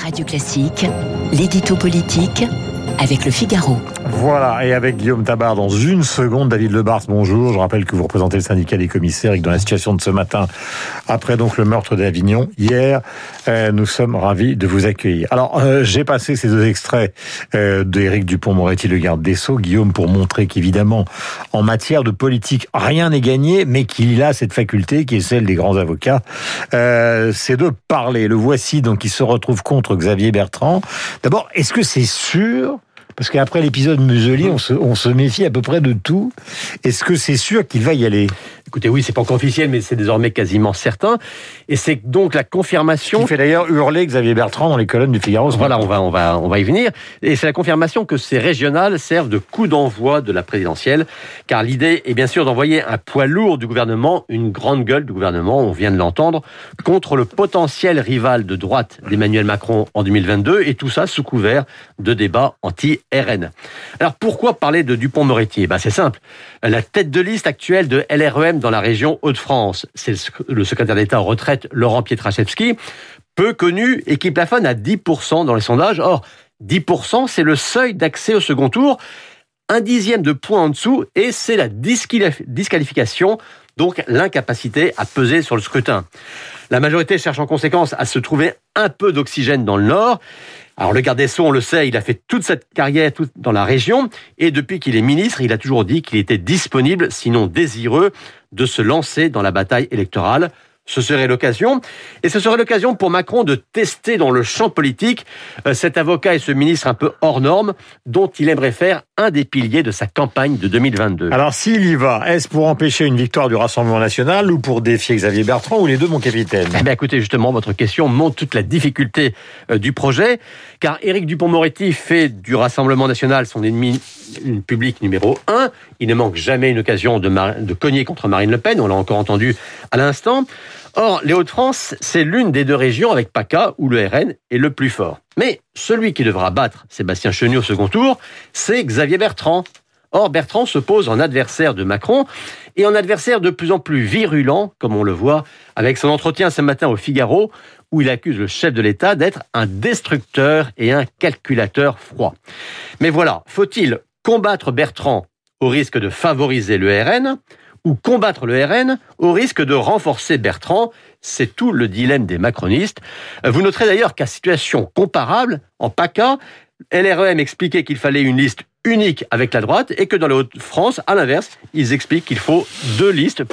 Radio Classique, l'édito politique avec Le Figaro. Voilà, et avec Guillaume Tabar dans une seconde. David Lebars, bonjour. Je rappelle que vous représentez le syndicat des commissaires et que dans la situation de ce matin, après donc le meurtre d'Avignon, hier, nous sommes ravis de vous accueillir. Alors, j'ai passé ces deux extraits d'Éric Dupond-Moretti, le garde des Sceaux, Guillaume, pour montrer qu'évidemment, en matière de politique, rien n'est gagné, mais qu'il a cette faculté qui est celle des grands avocats, c'est de parler. Le voici, donc, il se retrouve contre Xavier Bertrand. D'abord, est-ce que c'est sûr? Parce qu'après l'épisode Museli, on se méfie à peu près de tout. Est-ce que c'est sûr qu'il va y aller? Écoutez, oui, c'est pas encore officiel, mais c'est désormais quasiment certain. Et c'est donc la confirmation... Qui fait d'ailleurs hurler Xavier Bertrand dans les colonnes du Figaro. Voilà, on va y venir. Et c'est la confirmation que ces régionales servent de coup d'envoi de la présidentielle. Car l'idée est bien sûr d'envoyer un poids lourd du gouvernement, une grande gueule du gouvernement, on vient de l'entendre, contre le potentiel rival de droite d'Emmanuel Macron en 2022. Et tout ça sous couvert de débats anti-RN. Alors pourquoi parler de Dupond-Moretti? C'est simple. La tête de liste actuelle de LREM dans la région Hauts-de-France, c'est le secrétaire d'État en retraite, Laurent Pietraszewski, peu connu et qui plafonne à 10% dans les sondages. Or, 10%, c'est le seuil d'accès au second tour, un dixième de point en dessous, et c'est la disqualification, donc l'incapacité à peser sur le scrutin. La majorité cherche en conséquence à se trouver un peu d'oxygène dans le Nord. Alors le garde des Sceaux, on le sait, il a fait toute cette carrière dans la région, et depuis qu'il est ministre, il a toujours dit qu'il était disponible, sinon désireux, de se lancer dans la bataille électorale. Ce serait l'occasion. Et ce serait l'occasion pour Macron de tester dans le champ politique cet avocat et ce ministre un peu hors norme dont il aimerait faire un des piliers de sa campagne de 2022. Alors s'il y va, est-ce pour empêcher une victoire du Rassemblement National ou pour défier Xavier Bertrand ou les deux, mon capitaine? Écoutez, justement, votre question montre toute la difficulté du projet, car Éric Dupond-Moretti fait du Rassemblement National son ennemi public numéro 1. Il ne manque jamais une occasion de cogner contre Marine Le Pen, on l'a encore entendu à l'instant. Or, les Hauts-de-France, c'est l'une des deux régions avec PACA où le RN est le plus fort. Mais celui qui devra battre Sébastien Chenu au second tour, c'est Xavier Bertrand. Or, Bertrand se pose en adversaire de Macron et en adversaire de plus en plus virulent, comme on le voit avec son entretien ce matin au Figaro, où il accuse le chef de l'État d'être un destructeur et un calculateur froid. Mais voilà, faut-il combattre Bertrand au risque de favoriser le RN ou combattre le RN au risque de renforcer Bertrand? C'est tout le dilemme des macronistes. Vous noterez d'ailleurs qu'à situation comparable, en PACA, LREM expliquait qu'il fallait une liste unique avec la droite et que dans les Hauts-de-France, à l'inverse, ils expliquent qu'il faut une liste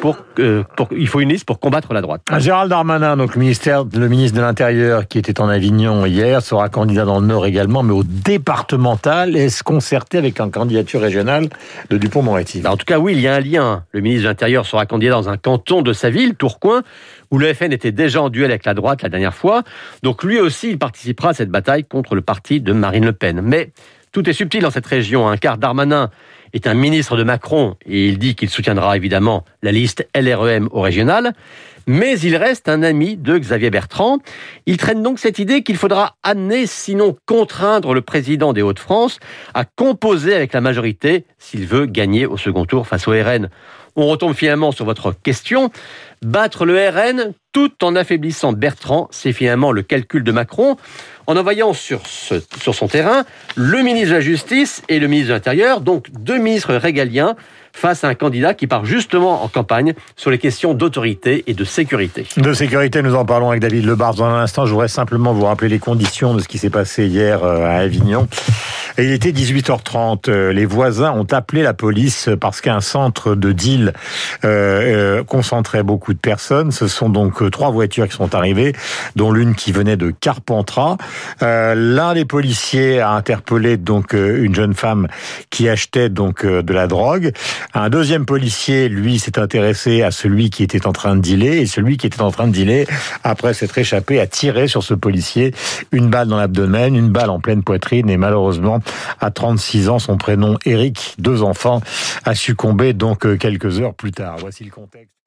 pour combattre la droite. Gérald Darmanin, donc le ministre de l'Intérieur qui était en Avignon hier, sera candidat dans le Nord également, mais au départemental. Est-ce concerté avec une candidature régionale de Dupond-Moretti? En tout cas, oui, il y a un lien. Le ministre de l'Intérieur sera candidat dans un canton de sa ville, Tourcoing, où le FN était déjà en duel avec la droite la dernière fois. Donc lui aussi, il participera à cette bataille contre le parti de Marine Le Pen. Mais tout est subtil dans cette région, car Darmanin est un ministre de Macron et il dit qu'il soutiendra évidemment la liste LREM au régional, mais il reste un ami de Xavier Bertrand. Il traîne donc cette idée qu'il faudra amener, sinon contraindre le président des Hauts-de-France à composer avec la majorité s'il veut gagner au second tour face au RN. On retombe finalement sur votre question. Battre le RN tout en affaiblissant Bertrand, c'est finalement le calcul de Macron, en envoyant sur son terrain le ministre de la Justice et le ministre de l'Intérieur, donc deux ministres régaliens, face à un candidat qui part justement en campagne sur les questions d'autorité et de sécurité. De sécurité, nous en parlons avec David Lebars dans un instant. Je voudrais simplement vous rappeler les conditions de ce qui s'est passé hier à Avignon. Et il était 18h30. Les voisins ont appelé la police parce qu'un centre de deal concentrait beaucoup de personnes. Ce sont donc 3 voitures qui sont arrivées, dont l'une qui venait de Carpentras. L'un des policiers a interpellé donc une jeune femme qui achetait donc de la drogue. Un deuxième policier, lui, s'est intéressé à celui qui était en train de dealer, et celui qui était en train de dealer, après s'être échappé, a tiré sur ce policier, une balle dans l'abdomen, une balle en pleine poitrine, et malheureusement, à 36 ans, son prénom Eric, 2 enfants, a succombé donc quelques heures plus tard. Voici le contexte.